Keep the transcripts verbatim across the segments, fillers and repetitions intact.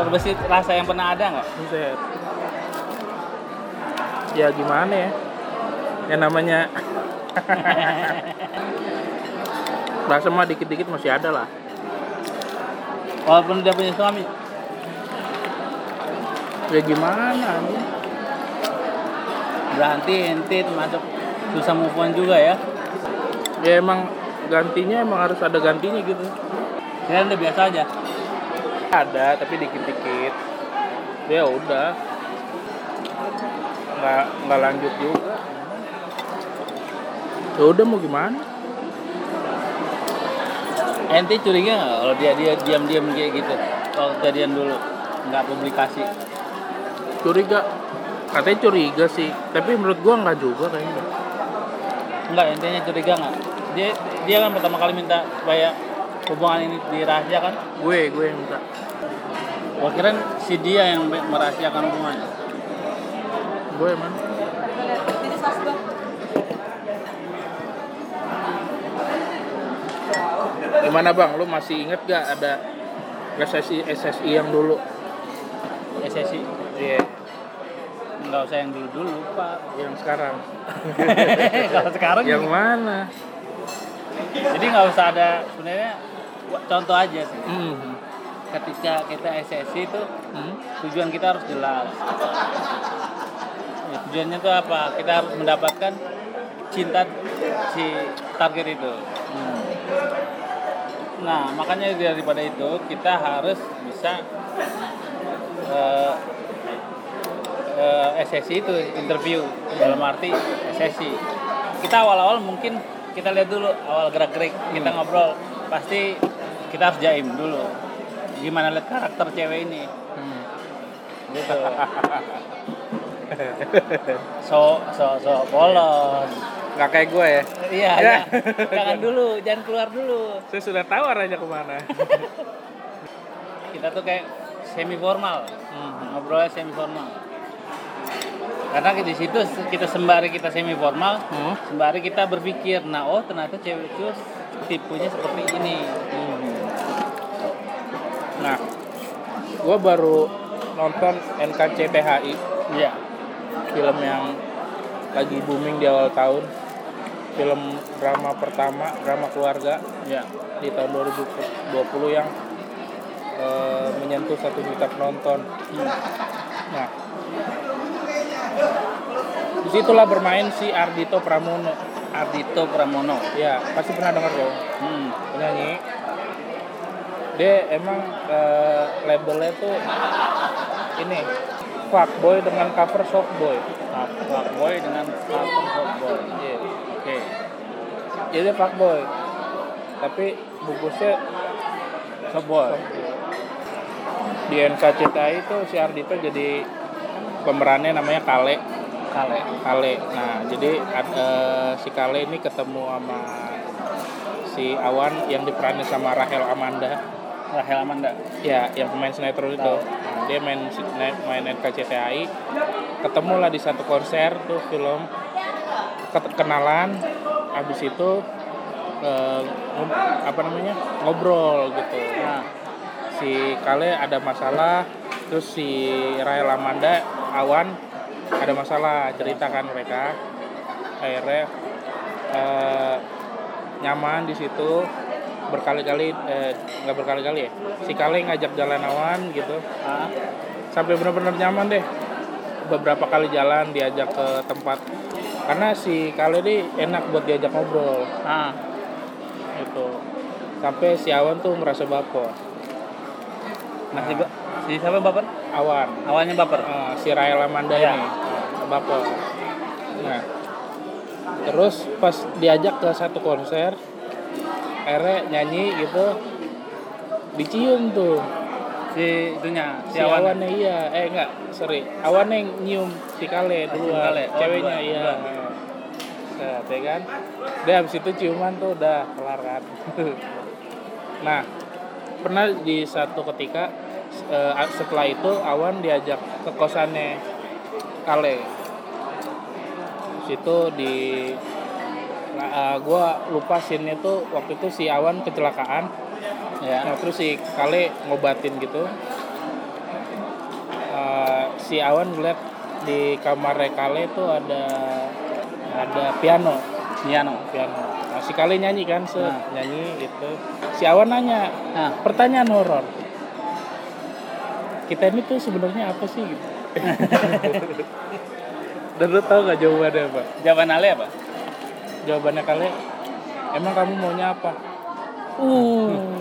terbesit rasa yang pernah ada nggak? Buset. Ya gimana ya? Yang namanya rasa mah dikit-dikit masih ada lah. Walaupun dia punya suami. Ya gimana anjing? Berarti ente termasuk susah move on juga ya? Ya emang gantinya emang harus ada gantinya gitu. Kira udah biasa aja. Ada tapi dikit-dikit. Ya udah. Nggak nggak lanjut juga. Ya udah mau gimana? Ente curiga nggak kalau dia dia diam-diam kayak gitu? Kalau kejadian dulu nggak publikasi. Curiga. Katanya curiga sih. Tapi menurut gua nggak juga kayaknya. Enggak, intinya curiga nggak? Dia dia kan pertama kali minta supaya hubungan ini dirahasiakan. Gue gue yang minta. Gua kira si dia yang merahasiakan hubungannya. Gue emang. Gimana bang? Lu masih inget gak ada S S I S S I yang dulu? S S I? Iya. Yeah. Nggak usah yang dulu-dulu Pak. Yang sekarang. Kalau sekarang yang mana? Jadi nggak usah ada, sebenarnya contoh aja sih. Mm. Ketika kita S S I itu Mm. tujuan kita harus jelas. Ya, tujuannya itu apa? Kita harus mendapatkan cinta si target itu. Mm. Nah, makanya daripada itu kita harus bisa uh, uh, S S I itu interview dalam arti S S I. Kita awal-awal mungkin kita lihat dulu awal gerak-gerik, kita ngobrol, pasti kita harus jaim dulu. Gimana lihat karakter cewek ini? Hmm. Gitu. so so so polos. Nggak kayak gue ya? Iya, ya. Jangan dulu, jangan keluar dulu. Saya sudah tahu arahnya kemana. Kita tuh kayak semi formal, Hmm. ngobrolnya semi formal. Karena di situ kita sembari kita semi formal, Hmm. sembari kita berpikir, nah oh ternyata cewek itu tipenya seperti ini. Hmm. Nah, gue baru nonton N K C T H I, Iya. film yang lagi booming di awal tahun, film drama pertama, drama keluarga Iya. di tahun dua ribu dua puluh yang eh, menyentuh satu juta penonton. Hmm. Nah, disitulah bermain si Ardhito Pramono. Ardhito Pramono. Ya, pasti pernah dengar dong. Hmm. Penyanyi. Dia emang eh, labelnya tuh ini fuckboy dengan cover softboy. Fuckboy dengan cover softboy. Iya. Oke. Jadi dia fuckboy. Tapi bungkusnya Softboy. di N K C T H I itu si Ardhito jadi pemerannya namanya Kale. Kale. Kale. Nah, jadi ada si Kale ini ketemu sama si Awan yang diperanin sama Rachel Amanda. Rachel Amanda. Ya, yang pemain sinetron itu. Nah, dia main main N K C T H I. Ketemu lah di satu konser tuh film. Kenalan. Habis itu eh, apa namanya? Ngobrol gitu. Nah, Si Kale ada masalah, terus si Rachel Amanda Awan ada masalah, ceritakan mereka. Akhirnya eh, nyaman di situ. Berkali-kali eh, nggak berkali-kali ya, si Kale ngajak jalan Awan gitu, ah, sampai benar-benar nyaman deh. Beberapa kali jalan diajak ke tempat, karena si Kale ini enak buat diajak ngobrol ah, gitu. Sampai si Awan tuh merasa baper. Nah, si, ba- si siapa baper? Awan, Awalnya baper. eh, si Rachel Amanda Ya. ini eh, baper. Nah, terus pas diajak ke satu konser, akhirnya nyanyi gitu, dicium tuh Si itunya, si si Awan. Awannya. Iya, eh enggak, sorry, Awannya yang nyium si Kale Ah, si duluan, Kale. Oh, ceweknya duluan, iya. duluan. Set, ya kan, dia habis itu ciuman tuh udah kelar kan. Nah, pernah di satu ketika eh, setelah itu Awan diajak ke kosannya Kale. Situ di nah, uh, gue lupa scene-nya tuh waktu itu si Awan kecelakaan. Ya. Nah, terus si Kale ngobatin gitu. si Awan ngeliat di kamar Kale tuh ada ada piano piano piano nah, si Kale nyanyi kan se Nah. nyanyi gitu si Awan nanya nah pertanyaan horor kita ini tuh sebenarnya apa sih gitu. Dan lu tau gak jawabannya apa? jawaban Ale apa? Jawabannya Kale emang kamu maunya apa? Uh.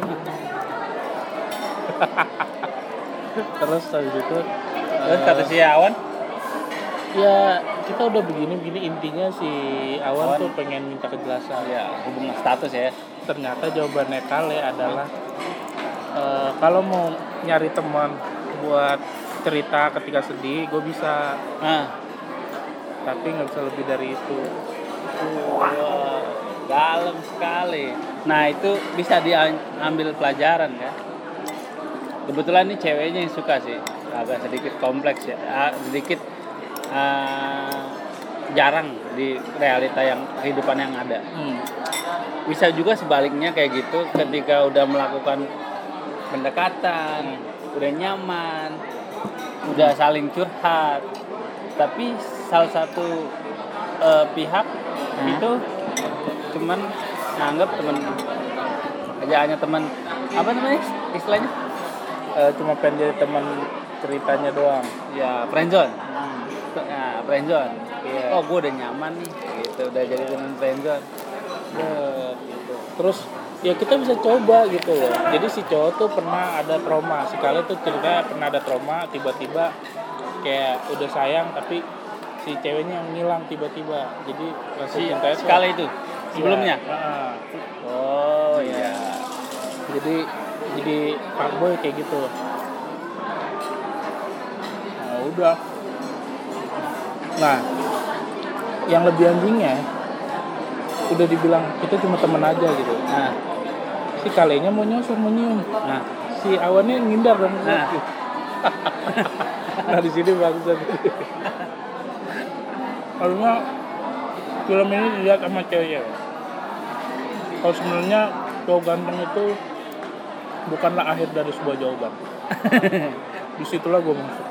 Terus habis itu Terus kata si Awan, ya kita udah begini-begini intinya si Awan, Awan. tuh pengen minta kejelasan. ya hubungan status ya. Ternyata jawabannya Kale adalah eh, kalau mau nyari teman buat cerita ketika sedih, gue bisa, Nah, tapi nggak bisa lebih dari itu. wah, dalam sekali. Nah itu bisa diambil pelajaran ya. Kebetulan ini ceweknya yang suka sih, agak sedikit kompleks ya, ah, sedikit ah, jarang di realita yang kehidupan yang ada. Hmm. Bisa juga sebaliknya kayak gitu, ketika udah melakukan pendekatan, udah nyaman, udah saling curhat, tapi salah satu eh, pihak Hmm. itu cuman nganggap teman aja hanya teman apa namanya istilahnya Eh, cuma pengen jadi teman ceritanya doang. ya friendzone. Nah, friendzone. Iya. Oh, gue udah nyaman nih, gitu, udah jadi teman friendzone. Ya, gitu. Terus ya kita bisa coba gitu loh. Jadi si cowok tuh pernah ada trauma. Si Kale tuh ceritanya pernah ada trauma, tiba-tiba kayak udah sayang tapi si ceweknya yang ngilang tiba-tiba. Jadi langsung Si cintanya tuh- sekali itu sebelumnya. Iya, heeh. Oh iya. Jadi jadi fuckboy kayak gitu. Nah, udah. Nah, yang lebih anjingnya udah dibilang kita cuma temen aja gitu. Nah, Si Kalenya mau nyosor mau nyium. nah, Si Awannya ngindar dong. Nah. Nah di sini bagusan. Harusnya film ini dilihat sama cewek. Kalau sebenarnya cowok ganteng itu bukanlah akhir dari sebuah jawaban. Disitulah gue masuk.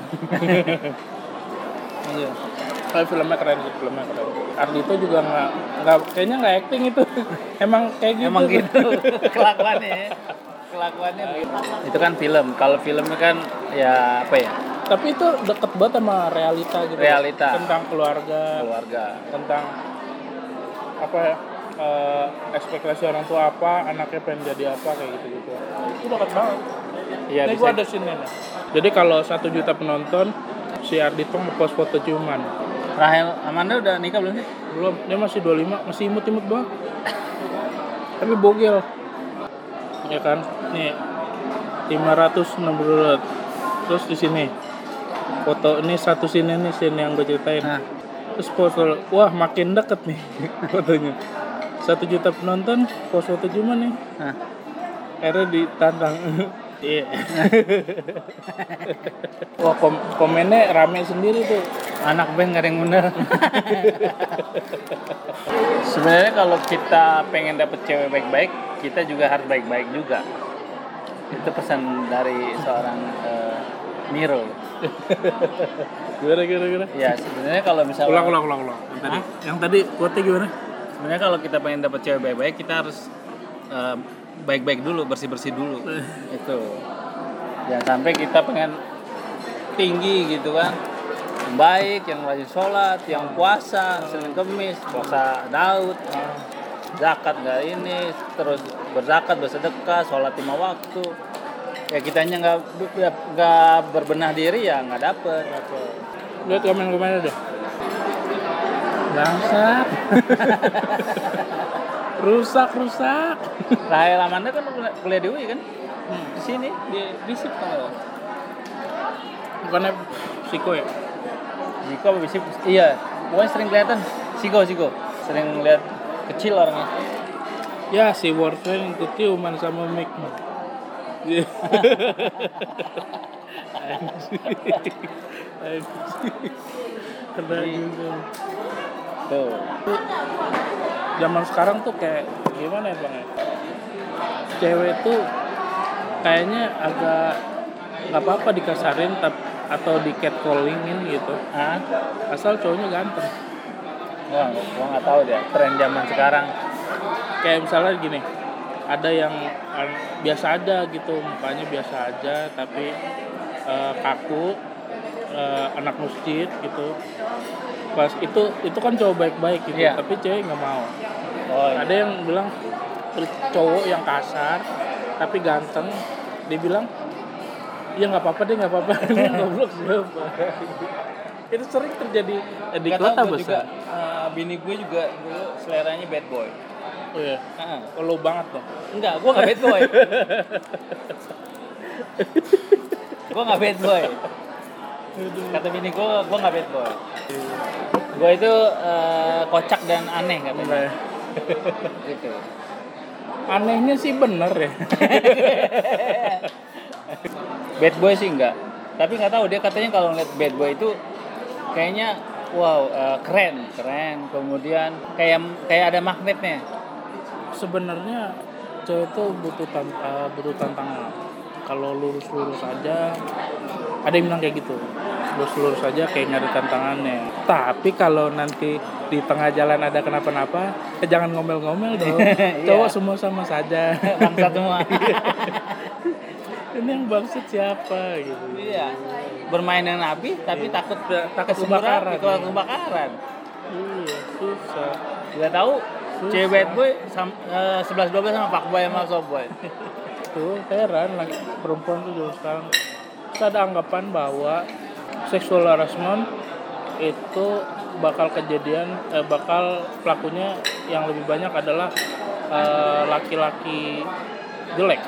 Iya. Tapi filmnya keren sih, filmnya keren. Ardito juga nggak nggak kayaknya nggak acting itu. Emang kayak gitu. emang gitu kelakuannya. ya. Kelakuannya begitu. Itu kan film. Kalau filmnya kan ya apa ya? Tapi itu deket banget sama realita gitu. Realita. Tentang keluarga, Keluarga. tentang apa ya, eh, ekspektasi orang tua apa, anaknya pengen jadi apa kayak gitu-gitu. Itu deket banget. Iya Ini bisa. gue ada scene-nya. Jadi kalau satu juta penonton, si Ardito ngepost foto ciuman. Rahel Amanda udah nikah belum sih? Belum, dia masih dua puluh lima, masih imut-imut banget. Tapi bogel. Ya kan? Nih, lima ratus enam puluh. Terus di sini foto ini satu scene ini scene yang gue ceritain. Nah. Terus foto, wah makin deket nih fotonya. Satu juta penonton, post foto ciuman nih. Nah. Akhirnya ditantang. Iya. Wah kom- komennya rame sendiri tuh. Anak band gak ada yang bener. Sebenarnya kalau kita pengen dapet cewek baik-baik, kita juga harus baik-baik juga. Itu pesan dari seorang uh, Miro. Gimana gimana gimana? Ya sebenarnya kalau misalnya Ulang ulang ulang ulang. Yang tadi, Hah? yang tadi quote-nya gimana? sebenarnya kalau kita pengen dapet cewek baik-baik, kita harus uh, baik-baik dulu, bersih-bersih dulu. Itu. Jangan sampai kita pengen tinggi gitu kan. Yang baik, yang rajin sholat, yang puasa, Senin Kemis, puasa Daud, zakat nggak ini, terus berzakat, bersedekah, sholat lima waktu. Ya kitanya nggak nggak berbenah diri ya nggak dapet. Lihat komen-komennya deh. Bangsat. rusak rusak. Rahel Amanda kan kuliah di U I kan? Di sini di Bisip kan? Bukannya psiko ya? Siko apa Bisip? Iya, pokoknya sering kelihatan. Siko Siko, sering lihat kecil orangnya. Ya si Warfare ikut ciuman sama Mick. Iya. Kena juga. Tuh. Zaman sekarang tuh kayak gimana ya bang ya? Cewek tuh kayaknya agak nggak apa-apa dikasarin, tapi atau di catcallingin gitu. Ah, Asal cowoknya ganteng. gua gua nggak tahu deh tren zaman sekarang. Kayak misalnya gini, ada yang uh, biasa aja gitu, mukanya biasa aja tapi uh, kaku, uh, anak masjid gitu. Pas itu itu kan cowok baik-baik gitu, Iya. tapi cewek nggak mau. Oh, iya. Ada yang bilang cowok yang kasar tapi ganteng, dia bilang ya nggak apa-apa deh, nggak apa-apa. Ini goblok siapa? Itu sering terjadi eh, di Nggak kota tahu, gua juga, besar. eh, bini gue juga dulu seleranya bad boy. Oh iya, Heeh. oh, lo banget dong. Enggak, gue nggak bad boy. Gue nggak bad boy. Kata bini gue, gue nggak bad boy. Gue itu eh, kocak dan aneh katanya. Nah, Gitu. anehnya sih bener ya. Bad boy sih enggak. Tapi nggak tahu, dia katanya kalau ngeliat bad boy itu kayaknya wow, eh, keren, keren. Kemudian kayak kayak ada magnetnya. Sebenarnya cewek itu butuh tan- uh, butuh tantangan. Kalau lurus-lurus aja, ada yang bilang kayak gitu. Lurus-lurus aja kayak nyari tantangannya. Tapi kalau nanti di tengah jalan ada kenapa-napa, eh, jangan ngomel-ngomel dong. Cowok semua sama saja. Bangsat semua. Ini yang bangsat siapa gitu. Iya. Bermain dengan api tapi takut Takut kesemburan, kebakaran. takut kebakaran. Iya, susah. Gak tahu Susah. cewek bad boy sam, eh, sebelas dua belas sama fuckboy sama softboy. Tuh heran lagi perempuan tuh dulu sekarang. Terus ada anggapan bahwa sexual harassment itu bakal kejadian eh, bakal pelakunya yang lebih banyak adalah eh, laki-laki jelek.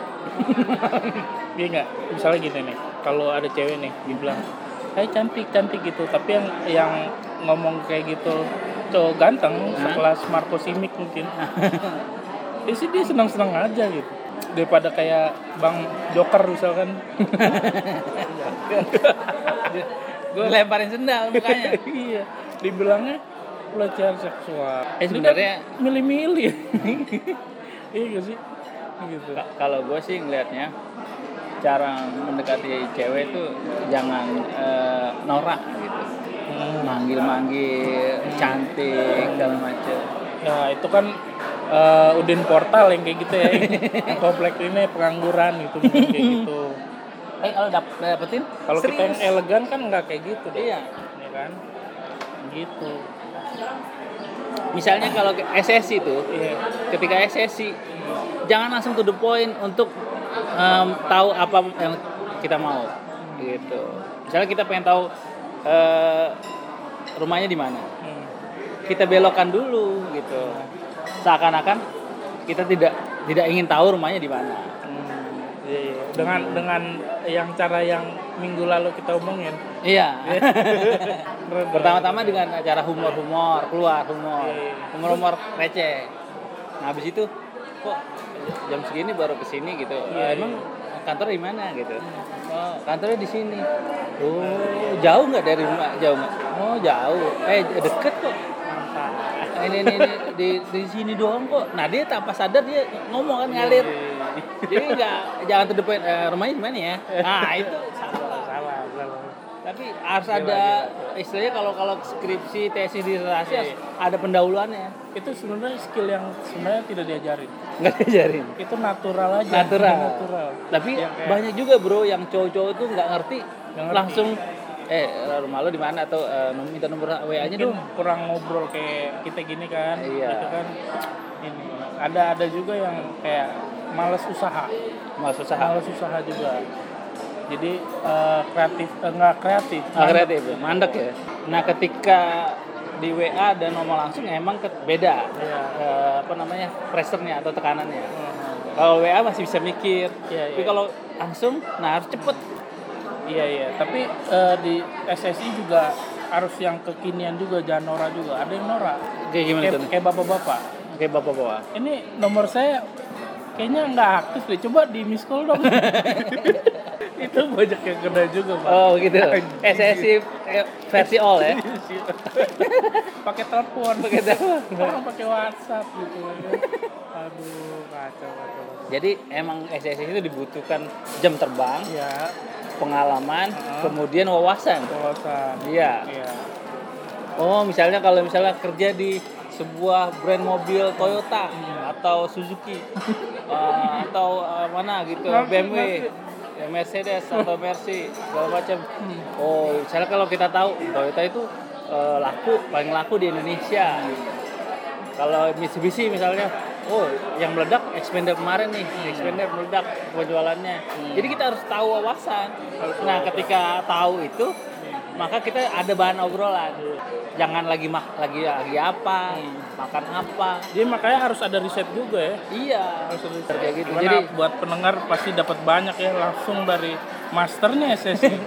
Iya nggak? Misalnya gini nih, kalau ada cewek nih dibilang, "Hai cantik cantik" gitu, tapi yang yang ngomong kayak gitu cowok ganteng sekelas Marco Simic mungkin. Ya sih dia senang-senang aja gitu. Daripada kayak Bang Joker misalkan. Gue lemparin sendal mukanya. Iya, dibilangnya pelecehan seksual. Eh, Ini sebenarnya- kan milih-milih. Iya gak sih? Gitu. Ka- Kalau gue sih ngelihatnya cara mendekati cewek itu jangan eh, norak gitu. Hmm. Manggil-manggil, cantik, segala macem. Ya itu kan uh, Udin Portal yang kayak gitu ya. Yang komplek ini pengangguran gitu mungkin kayak gitu. Eh kalau dap- dapetin Kalau kita yang serius. elegan kan nggak kayak gitu deh. Iya. Ya kan? Gitu. Misalnya kalau ke S S I tuh, Iya. ketika S S I jangan langsung to the point untuk em, tahu apa yang kita mau gitu. Misalnya kita pengen tahu eh, rumahnya di mana, Hmm. kita belokkan dulu gitu. Seakan-akan kita tidak tidak ingin tahu rumahnya di mana. Hmm. Iya, iya. Dengan dengan yang cara yang minggu lalu kita omongin. Iya. Pertama-tama dengan cara humor-humor, keluar humor, Iya, iya. humor-humor receh. Nah habis itu kok jam segini baru kesini gitu. Iya, Eh, emang kantor di mana gitu? Oh kantornya di sini. Oh jauh nggak dari rumah? Jauh nggak? Oh jauh. Eh deket kok. Mantap. Nah, ini, ini, ini di di sini doang kok. Nah dia tanpa sadar dia ngomong kan ngalir. Jadi nggak jangan to the point, eh, rumahnya di mana ya? Nah itu salah. Salah, salah. Tapi harus Gila, ada gila. istilahnya kalau kalau skripsi, tesis, disertasi Iya, harus iya. ada pendahuluannya. Itu sebenarnya skill yang sebenarnya tidak diajarin. Nggak diajarin. Itu natural aja. Natural. Natural. Tapi Yang kayak- banyak juga bro yang cowok-cowok itu nggak ngerti, Nggak ngerti. langsung eh rumah lo di mana atau eh, minta nomor W A-nya Mungkin dong. kurang ngobrol kayak kita gini kan. Iya. Gitu kan. Ini ada ada juga yang kayak malas usaha. Mas usaha. Malas usaha juga. Jadi eh, kreatif eh, nggak kreatif. Ah, kreatif, ya, mandek ya. Nah ketika di W A dan ngomong langsung emang ke- beda Iya. Eh, apa namanya pressure-nya atau tekanannya. Hmm. Kalau W A masih bisa mikir, Iya, tapi iya. kalau langsung, nah harus cepet. Iya iya, tapi eh, di S S I juga harus yang kekinian juga, jangan norak juga. Ada yang norak. Kayak gimana Kayak, tuh? kayak bapak-bapak. Kayak bapak-bapak. Ini nomor saya kayaknya nggak aktif deh. Coba di miss call dong. Itu banyak yang kena juga pak. Oh gitu. S S I eh, versi all ya. Pakai telepon, Pakai telepon. orang pakai WhatsApp gitu. Aduh kacau kacau. Jadi emang S S I itu dibutuhkan jam terbang Ya, pengalaman, uh-huh. kemudian wawasan. Wawasan. Iya. Iya. Oh, misalnya kalau misalnya kerja di sebuah brand mobil Toyota hmm. atau Suzuki uh, atau uh, mana gitu, B M W, ya, Mercedes atau Mercy segala macam. Hmm. Oh, misalnya kalau kita tahu Toyota itu uh, laku paling laku di Indonesia. Kalau Mitsubishi misalnya, oh yang meledak Xpander kemarin nih, hmm. Xpander meledak penjualannya. Hmm. Jadi kita harus tahu wawasan. Nah, ketika tahu itu, hmm. maka kita ada bahan obrolan. Jangan lagi mak lagi lagi apa, hmm. makan apa. Jadi makanya harus ada riset juga ya. Iya, harus ada riset kayak gitu. Gimana jadi buat pendengar pasti dapat banyak ya langsung dari masternya S S I.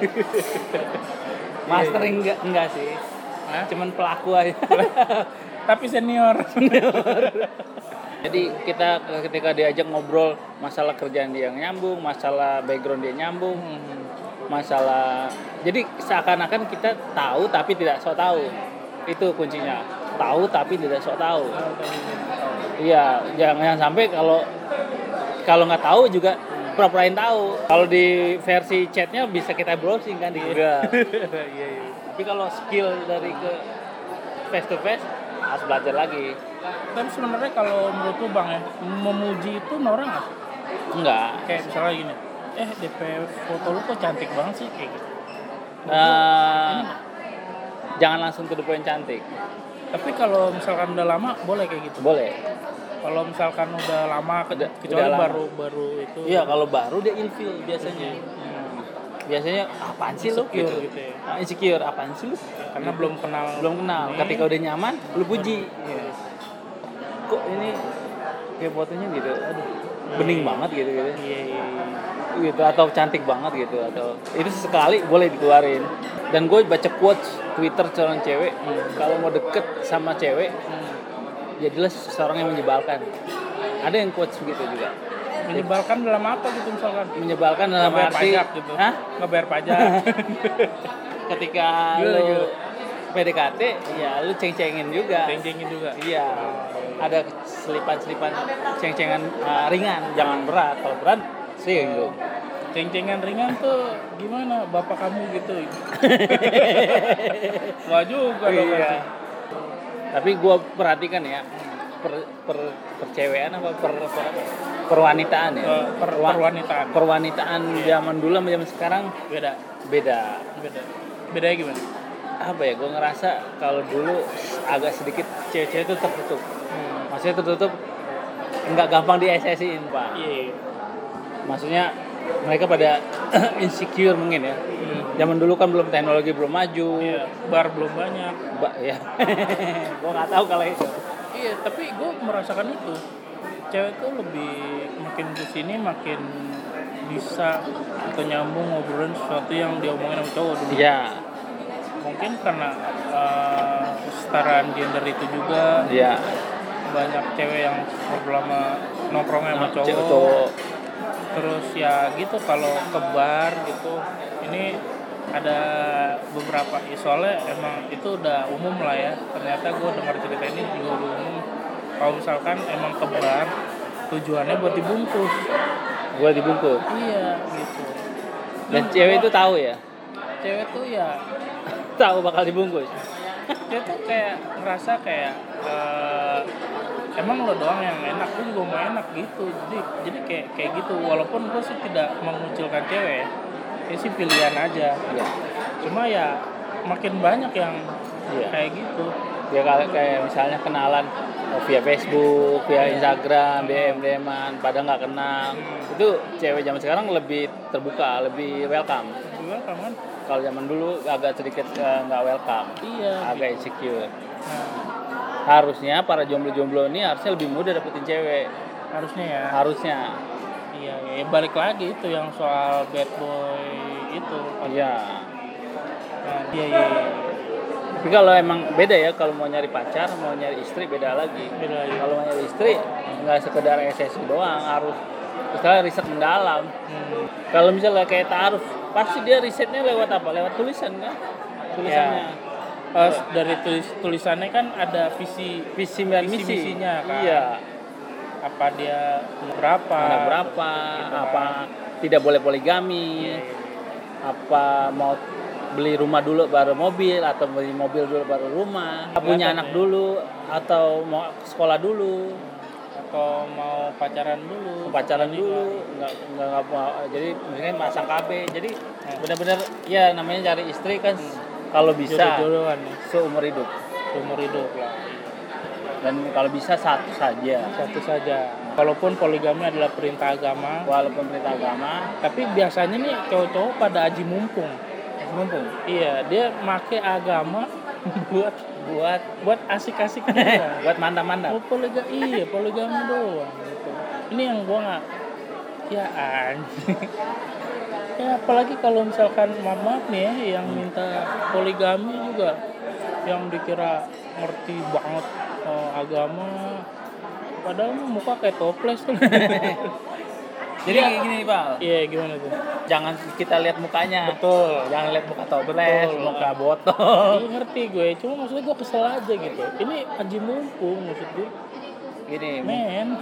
Master enggak enggak sih. Hah? Cuman pelaku aja. Tapi senior. Jadi kita ketika diajak ngobrol masalah kerjaan dia yang nyambung, masalah background dia nyambung, hmm. masalah jadi seakan-akan kita tahu tapi tidak sok tahu. Itu kuncinya. Tahu tapi tidak sok tahu. Iya, jangan sampai kalau kalau nggak tahu juga pura-purain tahu. Kalau di versi chatnya bisa kita browsing kan di Google. Iya, iya. Tapi kalau skill dari ke face to face harus belajar lagi. Tapi sebenarnya kalau menurut lu Bang ya, memuji itu norak nggak? Enggak. Kayak misalnya gini, eh D P foto lu kok cantik banget sih kayak gitu. Uh, jangan langsung to the point cantik. Tapi kalau misalkan udah lama boleh kayak gitu? Boleh. Kalau misalkan udah lama, udah, kecuali udah baru lama. baru itu. Iya, kalau baru dia ilfeel biasanya. Hmm. Biasanya apaan sih lu gitu, gitu ya. Nah, insecure apaan sih lu? Karena belum kenal. Belum kenal. Ini. Ketika udah nyaman, lu puji. Iya. Kok ini kayak fotonya gitu. Aduh, bening yeah. banget gitu gitu. Iya, iya, iya. Gitu atau cantik banget gitu atau itu sekali boleh dikeluarin. Dan gue baca quotes Twitter seorang cewek, hmm. kalau mau deket sama cewek, hmm. jadilah seseorang yang menyebalkan. Ada yang quotes begitu juga. Menyebalkan dalam apa gitu misalkan? Menyebalkan dalam nggak arti pajak gitu. Hah? Nggak bayar pajak. Ketika gila, lu gila. P D K T, ya lu ceng-cengin juga. Ceng-cengin juga. Iya. Ada selipan-selipan ceng-cengan uh, ringan, jangan berat. Kalau berat sih gitu. Ceng-cengan ringan tuh gimana? Bapak kamu gitu. Wah juga dong. Iya. Tapi gue perhatikan ya, per, per percewean apa per, per perwanitaan ya. Uh, per, perwanitaan. Perwanitaan yeah. Zaman dulu sama zaman sekarang beda. Beda. Beda. Bedanya gimana? Apa ya? Gue ngerasa kalau dulu agak sedikit cewek-cewek itu tertutup. Hmm. Maksudnya tertutup nggak gampang di S S I-in, Pak. Iya. Yeah. Maksudnya mereka pada insecure mungkin ya. Hmm. Zaman dulu kan belum teknologi belum maju. Iya, bar belum banyak. Ba ya. Gua nggak tahu kalau itu. Iya, tapi gue merasakan itu. Cewek tuh lebih makin kesini makin bisa atau nyambung ngobrolin sesuatu yang diomongin sama cowok dulu. Iya. Mungkin karena uh, kesetaraan gender itu juga. Iya. Banyak cewek yang ngobrol sama nongkrongnya sama cowok. cowok. Terus ya gitu kalau ke bar gitu ini ada beberapa ya, soalnya emang itu udah umum lah ya. Ternyata gue dengar cerita ini juga udah umum. Kalau misalkan emang ke bar tujuannya buat dibungkus. Buat dibungkus. Iya gitu. Dan nah, cewek itu tahu ya. Cewek tuh ya tahu bakal dibungkus. Dia tuh kayak ngerasa kayak uh, emang lo doang yang enak, gue juga mau enak gitu. Jadi jadi kayak kayak gitu. Walaupun gue sih tidak mengucilkan cewek, ya sih pilihan aja. Iya. Cuma ya makin banyak yang iya. kayak gitu. Ya kayak kayak misalnya kenalan oh, via Facebook, via Instagram, D M D M-an, pada nggak kenal. Hmm. Itu cewek zaman sekarang lebih terbuka, lebih welcome. Lebih welcome kan? Kalau zaman dulu agak sedikit nggak uh, welcome. Iya. Agak gitu. insecure. Nah. Harusnya para jomblo-jomblo ini harusnya lebih mudah dapetin cewek. Harusnya ya. Harusnya. Iya, ya balik lagi itu yang soal bad boy itu. Iya. Nah, iya iya. iya. Tapi kalau emang beda ya, kalau mau nyari pacar, mau nyari istri beda lagi. Beda lagi. Kalau mau nyari istri nggak sekedar S S I doang, harus misalnya riset mendalam. Hmm. Kalau misalnya kayak ta'aruf, pasti dia risetnya lewat apa? Lewat tulisan kan? Tulisannya. Ya. Uh, dari tulis tulisannya kan ada visi visi dan visi misi. misinya kan. Iya. Apa dia berapa? Anak berapa? Gitu, apa kan. Tidak boleh poligami? Iya, iya. apa mau beli rumah dulu baru mobil, atau beli mobil dulu baru rumah, punya anak ya. dulu, atau mau sekolah dulu, atau mau pacaran dulu, pacaran dulu, nggak nggak nggak mau, jadi mungkin pasang K B, jadi benar-benar ya namanya cari istri kan hmm. kalau bisa jodoh-jodohan ya. seumur hidup, seumur hidup lah. Dan kalau bisa satu saja, satu saja. Walaupun poligami adalah perintah agama, walaupun perintah agama, tapi biasanya nih cowok-cowok pada aji mumpung. mumpung. Iya, dia make agama buat buat buat asik-asik doang. buat mantap-mantap. Oh, poligami, iya poligami doang gitu. Ini yang gua nggak, ya anjing. Ya apalagi kalau misalkan maaf nih ya, yang minta poligami juga, yang dikira ngerti banget oh, agama, padahal muka kayak toples tuh. Jadi kayak gini Pak. Iya, gimana tuh? Jangan kita lihat mukanya. Betul. Jangan lihat muka toples, muka botol. Iya ngerti gue, cuma maksudnya gue kesel aja gitu. Ini aji mumpung maksud gue. Gini, men.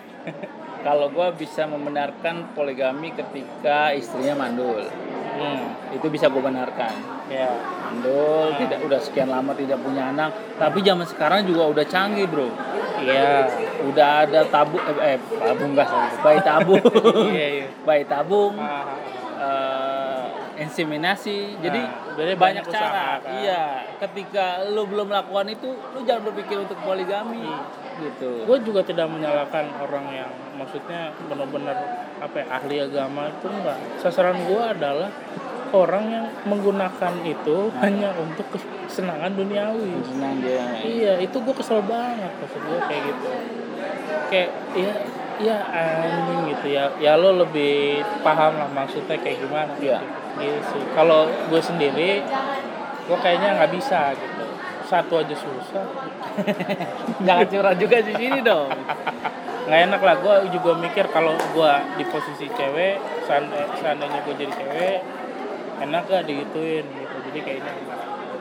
Kalau gue bisa membenarkan poligami ketika istrinya mandul. Hmm. Itu bisa gue benarkan. Ya. Mandul, hmm. tidak udah sekian lama tidak punya anak. Tapi zaman sekarang juga udah canggih, bro. Iya. Udah ada tabung, eh, eh tabung gas, bayi tabung. Iya, iya. Bayi tabung. Ah. Uh, inseminasi. Nah, jadi banyak, banyak cara. Kan? Iya, ketika lu belum melakukan itu, lu jangan berpikir untuk poligami. Hmm. Gitu. Gue juga tidak menyalahkan orang yang maksudnya benar-benar apa ya, ahli agama itu enggak. Sasaran gue adalah orang yang menggunakan itu nah. hanya untuk kesenangan duniawi. Senang dia. Iya, itu gue kesel banget maksud gue kayak gitu. Kayak ya ya anjing gitu ya. Ya lo lebih paham lah maksudnya kayak gimana. Iya. Gitu sih. Kalau gue sendiri, gue kayaknya nggak bisa gitu. Satu aja susah. Jangan curhat juga di sini dong. Nggak enak lah, gue juga mikir kalau gue di posisi cewek, seandainya gue jadi cewek, enak gak digituin gitu. Jadi kayaknya enak.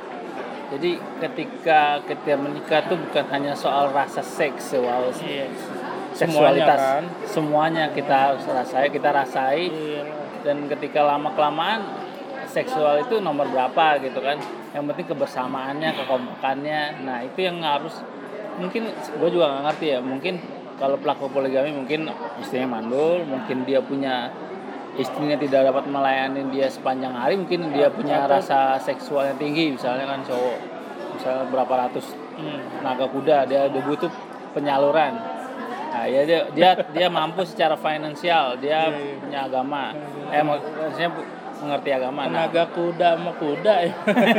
Jadi ketika kita menikah tuh bukan hanya soal rasa seksual, iya. seksualitas, semuanya, kan? semuanya kita rasai, kita rasai. Iya. Dan ketika lama kelamaan seksual itu nomor berapa gitu kan? Yang penting kebersamaannya, kekompakannya. Nah itu yang harus, mungkin gue juga nggak ngerti ya. Mungkin kalau pelaku poligami mungkin istrinya mandul, mungkin dia punya istrinya tidak dapat melayani dia sepanjang hari, mungkin dia punya rasa seksual yang tinggi, misalnya kan cowok, misalnya berapa ratus hmm. naga kuda, dia, dia butuh penyaluran. Nah ya dia dia dia mampu secara finansial, dia yeah. punya agama, eh maksudnya mengerti agama. Tenaga nah. kuda sama kuda ya.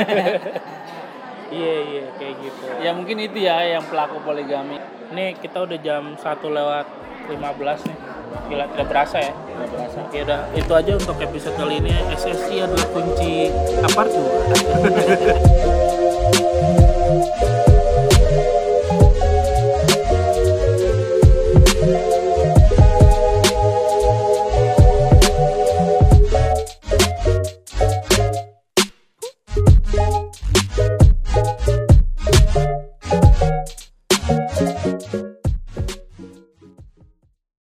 Iya iya kayak gitu. Ya mungkin itu ya yang pelaku poligami. Nih kita udah jam satu lewat lima belas nih. Gila tidak berasa ya. Tidak berasa. Ya udah itu aja untuk episode kali ini. S S I adalah kunci apartu.